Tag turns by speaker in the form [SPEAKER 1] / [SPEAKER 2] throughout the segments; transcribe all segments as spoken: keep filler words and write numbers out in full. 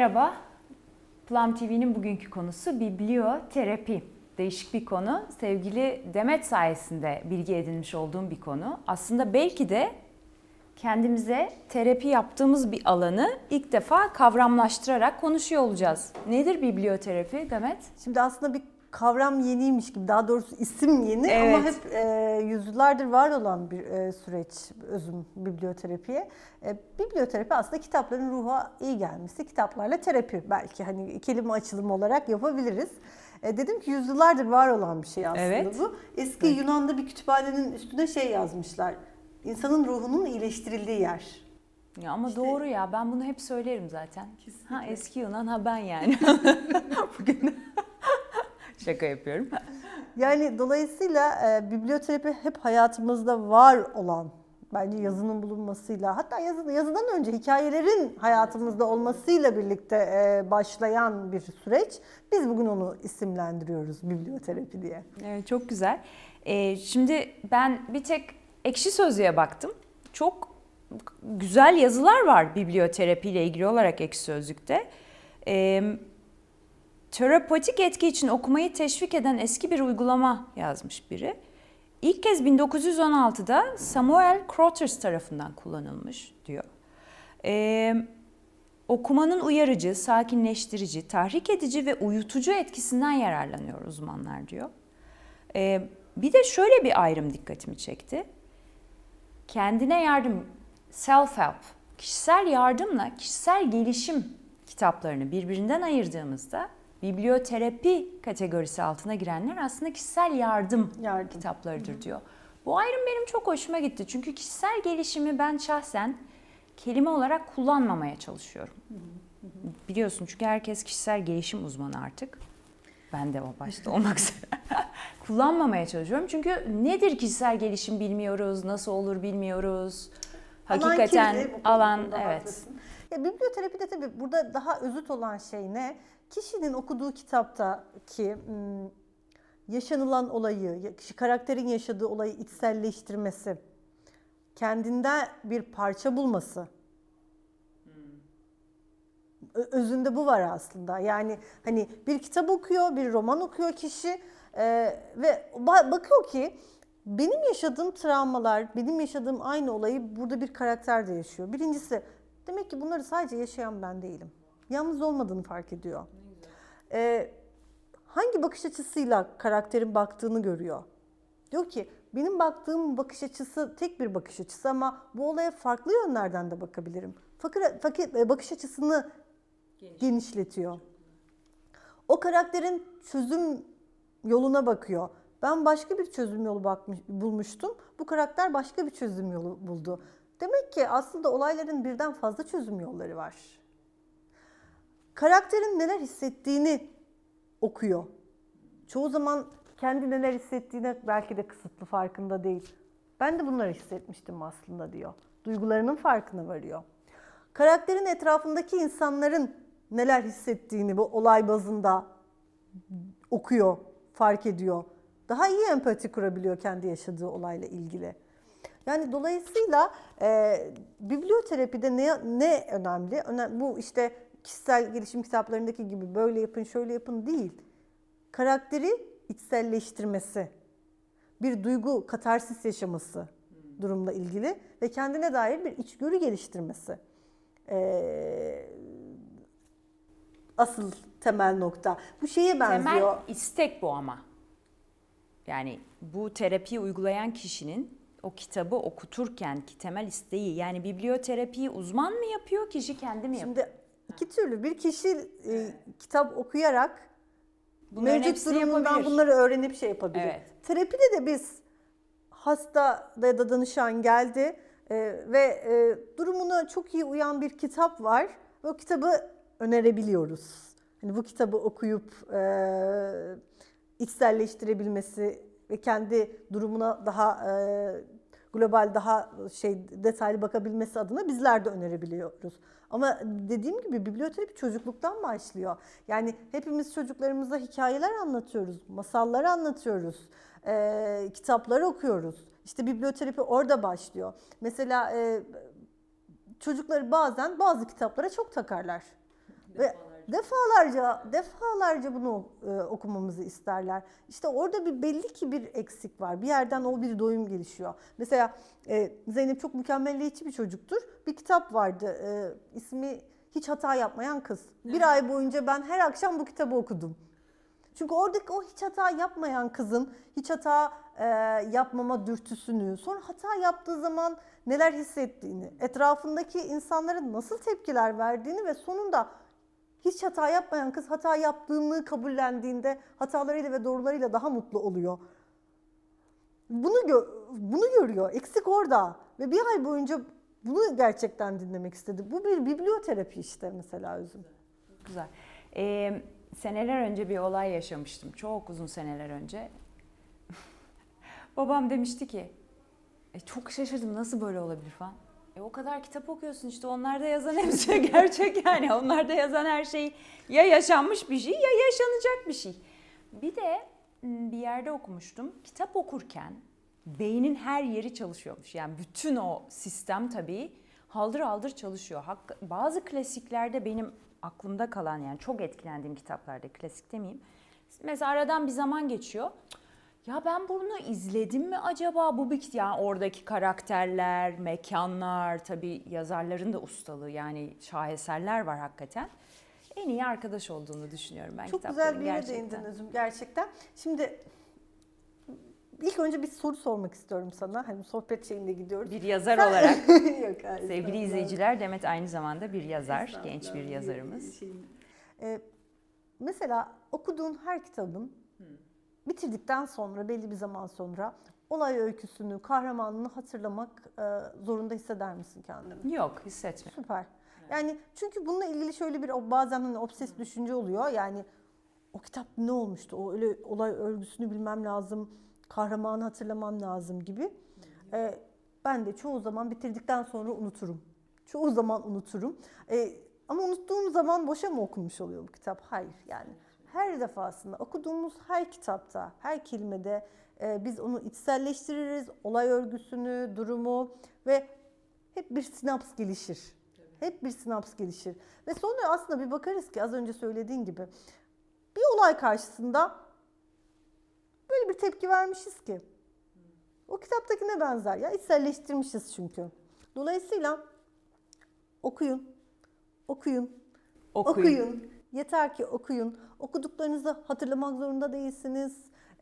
[SPEAKER 1] Merhaba, Plum T V'nin bugünkü konusu biblioterapi. Değişik bir konu. Sevgili Demet sayesinde bilgi edinmiş olduğum bir konu. Aslında belki de kendimize terapi yaptığımız bir alanı ilk defa kavramlaştırarak konuşuyor olacağız. Nedir biblioterapi Demet?
[SPEAKER 2] Şimdi aslında bir kavram yeniymiş gibi, daha doğrusu isim yeni,
[SPEAKER 1] evet.
[SPEAKER 2] Ama hep e, yüzyıllardır var olan bir e, süreç özüm biblioterapiye. E, biblioterapi aslında kitapların ruha iyi gelmesi, kitaplarla terapi belki hani kelime açılımı olarak yapabiliriz. E, dedim ki yüzyıllardır var olan bir şey aslında
[SPEAKER 1] evet.
[SPEAKER 2] bu. Eski evet. Yunan'da bir kütüphanenin üstüne şey yazmışlar, İnsanın ruhunun iyileştirildiği yer.
[SPEAKER 1] Ya ama işte, doğru ya, ben bunu hep söylerim zaten. Kesinlikle. Ha eski Yunan, ha ben yani. Bugün şaka yapıyorum.
[SPEAKER 2] Yani dolayısıyla e, biblioterapi hep hayatımızda var olan, bence yazının bulunmasıyla, hatta yazı, yazıdan önce hikayelerin hayatımızda olmasıyla birlikte e, başlayan bir süreç. Biz bugün onu isimlendiriyoruz biblioterapi diye.
[SPEAKER 1] Evet, çok güzel. E, şimdi ben bir tek Ekşi Sözlüğe baktım. Çok güzel yazılar var biblioterapi ile ilgili olarak Ekşi Sözlük'te. E, terapötik etki için okumayı teşvik eden eski bir uygulama yazmış biri. İlk kez bin dokuz yüz on altıda Samuel Crothers tarafından kullanılmış diyor. E, okumanın uyarıcı, sakinleştirici, tahrik edici ve uyutucu etkisinden yararlanıyor uzmanlar diyor. E, bir de şöyle bir ayrım dikkatimi çekti. Kendine yardım, self-help, kişisel yardımla kişisel gelişim kitaplarını birbirinden ayırdığımızda biblioterapi kategorisi altına girenler aslında kişisel yardım, yardım. kitaplarıdır Hı-hı. diyor. Bu ayrım benim çok hoşuma gitti. Çünkü kişisel gelişimi ben şahsen kelime olarak kullanmamaya çalışıyorum. Hı-hı. Biliyorsun çünkü herkes kişisel gelişim uzmanı artık. Ben de o başta olmak üzere. Kullanmamaya çalışıyorum. Çünkü nedir kişisel gelişim bilmiyoruz, nasıl olur bilmiyoruz. Hakikaten alan, kirli, alan evet.
[SPEAKER 2] Haklısın. Ya biblioterapide tabii burada daha özüt olan şey ne? Kişinin okuduğu kitaptaki yaşanılan olayı, karakterin yaşadığı olayı içselleştirmesi, kendinde bir parça bulması. Özünde bu var aslında. Yani hani bir kitap okuyor, bir roman okuyor kişi e, ve bakıyor ki benim yaşadığım travmalar, benim yaşadığım aynı olayı burada bir karakter de yaşıyor. Birincisi, demek ki bunları sadece yaşayan ben değilim. Yalnız olmadığını fark ediyor. E, hangi bakış açısıyla karakterin baktığını görüyor. Diyor ki benim baktığım bakış açısı tek bir bakış açısı ama bu olaya farklı yönlerden de bakabilirim. Fakir, fakir bakış açısını genişletiyor. O karakterin çözüm yoluna bakıyor. Ben başka bir çözüm yolu bakmış, bulmuştum. Bu karakter başka bir çözüm yolu buldu. Demek ki aslında olayların birden fazla çözüm yolları var. Karakterin neler hissettiğini okuyor. Çoğu zaman kendi neler hissettiğine belki de kısıtlı, farkında değil. Ben de bunları hissetmiştim aslında diyor. Duygularının farkına varıyor. Karakterin etrafındaki insanların neler hissettiğini bu olay bazında okuyor, fark ediyor. Daha iyi empati kurabiliyor kendi yaşadığı olayla ilgili. Yani dolayısıyla e, biblioterapide ne, ne önemli? Önem, bu işte kişisel gelişim kitaplarındaki gibi böyle yapın, şöyle yapın değil. Karakteri içselleştirmesi, bir duygu, katarsis yaşaması durumla ilgili ve kendine dair bir içgörü geliştirmesi. Ee, asıl temel nokta. Bu şeye benziyor.
[SPEAKER 1] Temel istek bu ama. Yani bu terapiyi uygulayan kişinin o kitabı okuturken ki temel isteği, yani biblioterapiyi uzman mı yapıyor, kişi kendi mi yapıyor?
[SPEAKER 2] Şimdi iki türlü. Bir kişi e, kitap okuyarak bunların mevcut durumundan yapabilir. Bunları öğrenip şey yapabilir. Evet. Terapide de biz hasta ya da danışan geldi e, ve e, durumuna çok iyi uyan bir kitap var ve o kitabı önerebiliyoruz. Hani bu kitabı okuyup e, içselleştirebilmesi ve kendi durumuna daha e, global, daha şey detaylı bakabilmesi adına bizler de önerebiliyoruz. Ama dediğim gibi biblioterapi çocukluktan başlıyor. Yani hepimiz çocuklarımıza hikayeler anlatıyoruz, masallar anlatıyoruz, e, kitaplar okuyoruz. İşte biblioterapi orada başlıyor. Mesela e, çocukları bazen bazı kitaplara çok takarlar. Ve defalarca defalarca bunu e, okumamızı isterler. İşte orada bir belli ki bir eksik var. Bir yerden o bir doyum gelişiyor. Mesela e, Zeynep çok mükemmelliyetçi bir çocuktur. Bir kitap vardı. E, ismi Hiç Hata Yapmayan Kız. Bir ay boyunca ben her akşam bu kitabı okudum. Çünkü oradaki o hiç hata yapmayan kızın hiç hata e, yapmama dürtüsünü, sonra hata yaptığı zaman neler hissettiğini, etrafındaki insanların nasıl tepkiler verdiğini ve sonunda hiç hata yapmayan kız hata yaptığını kabullendiğinde hatalarıyla ve doğrularıyla daha mutlu oluyor. Bunu gö- bunu görüyor. Eksik orada. Ve bir ay boyunca bunu gerçekten dinlemek istedi. Bu bir biblioterapi işte mesela Özüm.
[SPEAKER 1] Güzel. Ee, seneler önce bir olay yaşamıştım. Çok uzun seneler önce. Babam demişti ki, e, çok şaşırdım nasıl böyle olabilir falan. E, o kadar kitap okuyorsun işte onlarda yazan hepsi gerçek yani. Onlarda yazan her şey ya yaşanmış bir şey ya yaşanacak bir şey. Bir de bir yerde okumuştum. Kitap okurken beynin her yeri çalışıyormuş. Yani bütün o sistem tabii haldır haldır çalışıyor. Hakkı, bazı klasiklerde benim aklımda kalan yani çok etkilendiğim kitaplarda klasik demeyeyim. Mesela aradan bir zaman geçiyor. Ya ben bunu izledim mi acaba? Bu bir yani oradaki karakterler, mekanlar, tabii yazarların da ustalığı yani şaheserler var hakikaten. En iyi arkadaş olduğunu düşünüyorum ben
[SPEAKER 2] çok
[SPEAKER 1] kitapların
[SPEAKER 2] güzel bir yere
[SPEAKER 1] gerçekten.
[SPEAKER 2] değindin Özüm gerçekten. Şimdi ilk önce bir soru sormak istiyorum sana. Hani sohbet şeyinde gidiyoruz.
[SPEAKER 1] Bir yazar
[SPEAKER 2] Sen...
[SPEAKER 1] olarak
[SPEAKER 2] Yok, hayır,
[SPEAKER 1] sevgili izleyiciler Demet aynı zamanda bir yazar, genç bir yazarımız.
[SPEAKER 2] Şey, ee, mesela okuduğun her kitabın hmm. bitirdikten sonra belli bir zaman sonra olay öyküsünü, kahramanını hatırlamak e, zorunda hisseder misin kendini?
[SPEAKER 1] Yok, hissetmiyorum.
[SPEAKER 2] Süper. Yani çünkü bununla ilgili şöyle bir bazen hani obses düşünce oluyor. Yani o kitap ne olmuştu? O öyle olay örgüsünü bilmem lazım, kahramanı hatırlamam lazım gibi. Ee, ben de çoğu zaman bitirdikten sonra unuturum. Çoğu zaman unuturum. Ee, ama unuttuğum zaman boşa mı okunmuş oluyor bu kitap? Hayır yani. Her defasında okuduğumuz her kitapta, her kelimede e, biz onu içselleştiririz. Olay örgüsünü, durumu ve hep bir sinaps gelişir. Hep bir sinaps gelişir. Ve sonra aslında bir bakarız ki az önce söylediğin gibi bir olay karşısında böyle bir tepki vermişiz ki. O kitaptakine benzer. Ya içselleştirmişiz çünkü. Dolayısıyla okuyun, okuyun, okuyun. okuyun. Yeter ki okuyun. Okuduklarınızı hatırlamak zorunda değilsiniz.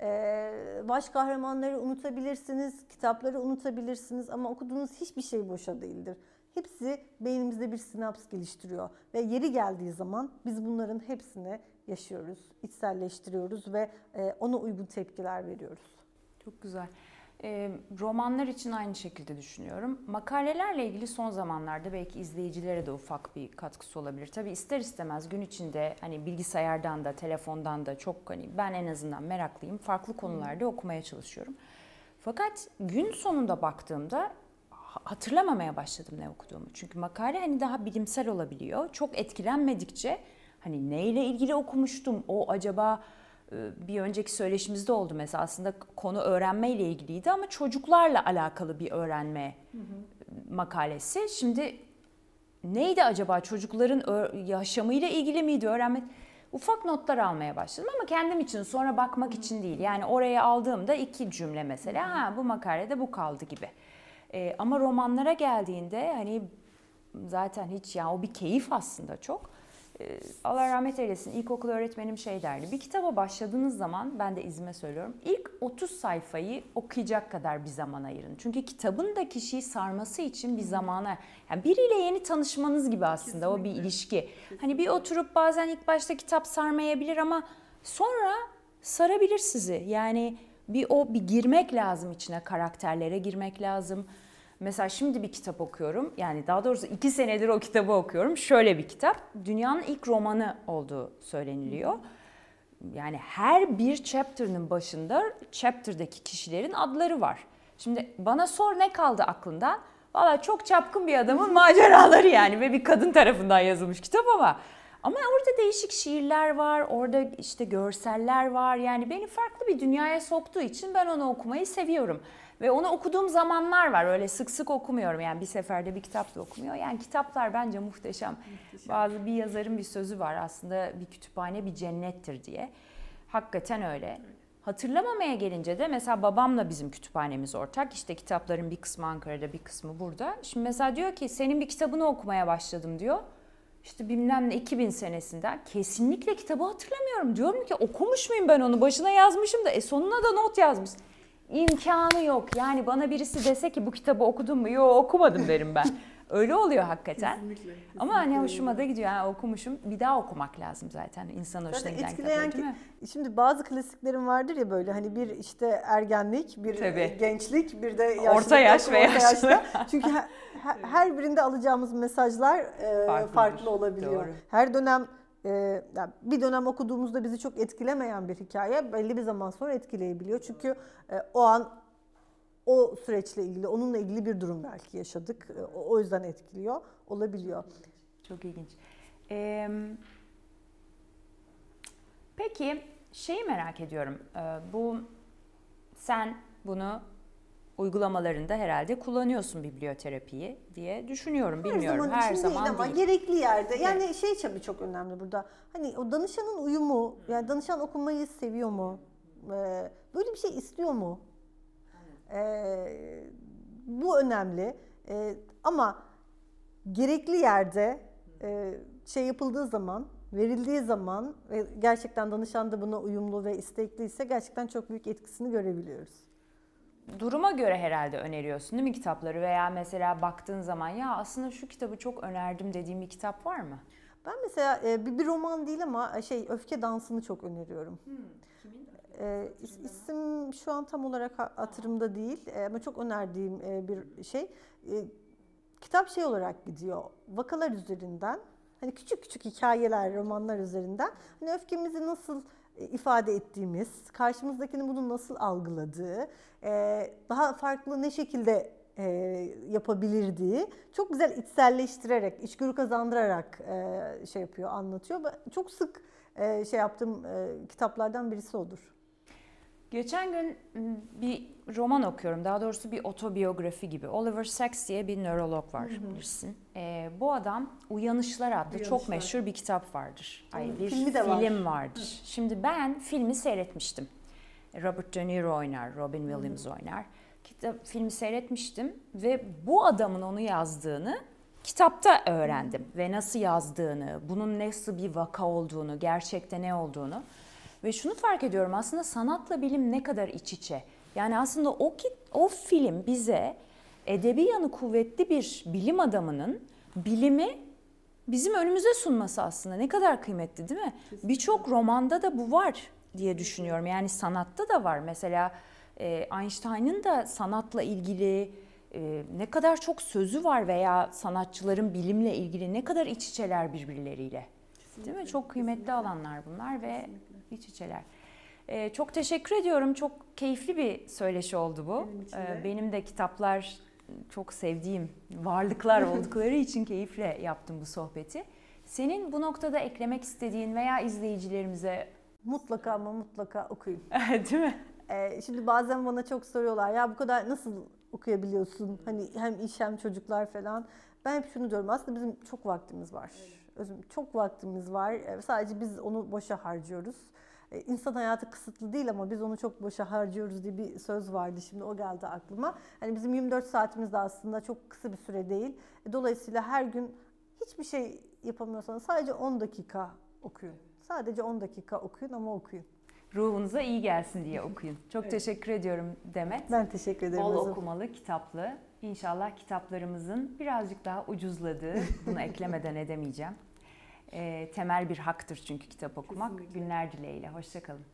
[SPEAKER 2] Ee, baş kahramanları unutabilirsiniz, kitapları unutabilirsiniz ama okuduğunuz hiçbir şey boşa değildir. Hepsi beynimizde bir sinaps geliştiriyor ve yeri geldiği zaman biz bunların hepsini yaşıyoruz, içselleştiriyoruz ve ona uygun tepkiler veriyoruz.
[SPEAKER 1] Çok güzel. E, romanlar için aynı şekilde düşünüyorum. Makalelerle ilgili son zamanlarda belki izleyicilere de ufak bir katkısı olabilir. Tabii ister istemez gün içinde hani bilgisayardan da telefondan da çok hani ben en azından meraklıyım. Farklı konularda okumaya çalışıyorum. Fakat gün sonunda baktığımda hatırlamamaya başladım ne okuduğumu. Çünkü makale hani daha bilimsel olabiliyor. Çok etkilenmedikçe hani neyle ilgili okumuştum o acaba bir önceki söyleşimizde oldu mesela aslında konu öğrenmeyle ilgiliydi ama çocuklarla alakalı bir öğrenme hı hı. makalesi. Şimdi neydi acaba çocukların yaşamıyla ilgili miydi öğrenme? Ufak notlar almaya başladım ama kendim için sonra bakmak hı hı. için değil. Yani oraya aldığımda iki cümle mesela hı hı. ha bu makalede bu kaldı gibi. Ee, ama romanlara geldiğinde hani zaten hiç yani o bir keyif aslında çok. Allah rahmet eylesin ilkokul öğretmenim şey derdi. Bir kitaba başladığınız zaman ben de izime söylüyorum. İlk otuz sayfayı okuyacak kadar bir zaman ayırın. Çünkü kitabın da kişiyi sarması için bir zamana yani biriyle yeni tanışmanız gibi aslında kesinlikle. O bir ilişki. Kesinlikle. Hani bir oturup bazen ilk başta kitap sarmayabilir ama sonra sarabilir sizi. Yani bir o bir girmek lazım içine karakterlere girmek lazım. Mesela şimdi bir kitap okuyorum. Yani daha doğrusu iki senedir o kitabı okuyorum. Şöyle bir kitap. Dünyanın ilk romanı olduğu söyleniliyor. Yani her bir chapter'ın başında chapter'daki kişilerin adları var. Şimdi bana sor ne kaldı aklında? Vallahi çok çapkın bir adamın maceraları yani ve bir kadın tarafından yazılmış kitap ama Ama orada değişik şiirler var, orada işte görseller var. Yani beni farklı bir dünyaya soktuğu için ben onu okumayı seviyorum. Ve onu okuduğum zamanlar var. Öyle sık sık okumuyorum. Yani bir seferde bir kitap da okumuyor. Yani kitaplar bence muhteşem. muhteşem. Bazı bir yazarın bir sözü var aslında, bir kütüphane bir cennettir diye. Hakikaten öyle. Hatırlamamaya gelince de mesela babamla bizim kütüphanemiz ortak. İşte kitapların bir kısmı Ankara'da, bir kısmı burada. Şimdi mesela diyor ki senin bir kitabını okumaya başladım diyor. İşte bilmem ne iki bin senesinden. Kesinlikle kitabı hatırlamıyorum. Diyorum ki okumuş muyum ben onu? Başına yazmışım da e sonuna da not yazmış. İmkanı yok. Yani bana birisi dese ki bu kitabı okudun mu? Yok okumadım derim ben. Öyle oluyor hakikaten. Kesinlikle, kesinlikle. Ama hani hoşuma da gidiyor. Yani okumuşum. Bir daha okumak lazım zaten. İnsan hoşuna giden kitaplar değil mi?
[SPEAKER 2] Şimdi bazı klasiklerin vardır ya böyle hani bir işte ergenlik, bir Tabii. gençlik, bir de yaşlılık.
[SPEAKER 1] Orta yaş ve yaşlı.
[SPEAKER 2] Çünkü her, her birinde alacağımız mesajlar e, farklı olabiliyor. Doğru. Her dönem e, yani bir dönem okuduğumuzda bizi çok etkilemeyen bir hikaye belli bir zaman sonra etkileyebiliyor. Çünkü e, o an o süreçle ilgili, onunla ilgili bir durum belki yaşadık. O yüzden etkiliyor, olabiliyor.
[SPEAKER 1] Çok ilginç. Ee, peki şeyi merak ediyorum. Ee, bu sen bunu uygulamalarında herhalde kullanıyorsun biblioterapiyi diye düşünüyorum. Bilmiyorum. Her zaman,
[SPEAKER 2] her zaman değil ama değil. Gerekli yerde. Yani evet. şey tabii çok önemli burada. Hani o danışanın uyumu, yani danışan okumayı seviyor mu? Ee, böyle bir şey istiyor mu? Ee, bu önemli ee, ama gerekli yerde e, şey yapıldığı zaman, verildiği zaman ve gerçekten danışan da buna uyumlu ve istekliyse gerçekten çok büyük etkisini görebiliyoruz.
[SPEAKER 1] Duruma göre herhalde öneriyorsun değil mi kitapları, veya mesela baktığın zaman ya aslında şu kitabı çok önerdim dediğim bir kitap var mı?
[SPEAKER 2] Ben mesela e, bir, bir roman değil ama şey Öfke Dansı'nı çok öneriyorum. Hmm. Ee, isim şu an tam olarak hatırımda değil ee, ama çok önerdiğim e, bir şey. Ee, kitap şey olarak gidiyor, vakalar üzerinden, hani küçük küçük hikayeler, romanlar üzerinden hani öfkemizi nasıl e, ifade ettiğimiz, karşımızdakinin bunu nasıl algıladığı, e, daha farklı ne şekilde e, yapabilirdiği çok güzel içselleştirerek, içgörü kazandırarak e, şey yapıyor, anlatıyor. Çok sık e, şey yaptığım e, kitaplardan birisi odur.
[SPEAKER 1] Geçen gün bir roman okuyorum, daha doğrusu bir otobiyografi gibi. Oliver Sacks diye bir nörolog var, hı hı. bilirsin. Ee, bu adam Uyanışlar adlı Uyanışlar. çok meşhur bir kitap vardır. Ay, bir Filmi de film var. vardır. Hı. Şimdi ben filmi seyretmiştim. Robert De Niro oynar, Robin Williams hı. oynar. Kitap, filmi seyretmiştim ve bu adamın onu yazdığını kitapta öğrendim. Hı. Ve nasıl yazdığını, bunun nasıl bir vaka olduğunu, gerçekte ne olduğunu. Ve şunu fark ediyorum, aslında sanatla bilim ne kadar iç içe. Yani aslında o o film bize edebi yanı kuvvetli bir bilim adamının bilimi bizim önümüze sunması aslında ne kadar kıymetli değil mi? Birçok romanda da bu var diye düşünüyorum. Yani sanatta da var. Mesela e, Einstein'ın da sanatla ilgili e, ne kadar çok sözü var veya sanatçıların bilimle ilgili ne kadar iç içeler birbirleriyle. Kesinlikle, değil mi? Çok kıymetli kesinlikle. alanlar bunlar ve kesinlikle. iç içeler. Ee, çok teşekkür ediyorum. Çok keyifli bir söyleşi oldu bu. Benim, ee, benim de kitaplar çok sevdiğim varlıklar oldukları için keyifle yaptım bu sohbeti. Senin bu noktada eklemek istediğin veya izleyicilerimize...
[SPEAKER 2] Mutlaka ama mutlaka okuyun.
[SPEAKER 1] Değil mi?
[SPEAKER 2] Ee, şimdi bazen bana çok soruyorlar, ya bu kadar nasıl okuyabiliyorsun? Hani hem iş hem çocuklar falan. Ben hep şunu diyorum, aslında bizim çok vaktimiz var. Özüm, çok vaktimiz var. Sadece biz onu boşa harcıyoruz. İnsan hayatı kısıtlı değil ama biz onu çok boşa harcıyoruz diye bir söz vardı. Şimdi o geldi aklıma. Hani bizim yirmi dört saatimiz de aslında çok kısa bir süre değil. Dolayısıyla her gün hiçbir şey yapamıyorsanız sadece on dakika okuyun. Sadece on dakika okuyun ama okuyun.
[SPEAKER 1] Ruhunuza iyi gelsin diye okuyun. Çok evet. teşekkür ediyorum Demet.
[SPEAKER 2] Ben teşekkür ederim.
[SPEAKER 1] Bol okumalı, kitaplı. İnşallah kitaplarımızın birazcık daha ucuzladığı, bunu eklemeden edemeyeceğim. E, temel bir haktır çünkü kitap okumak. Kesinlikle. Günler dileğiyle. Hoşça kalın.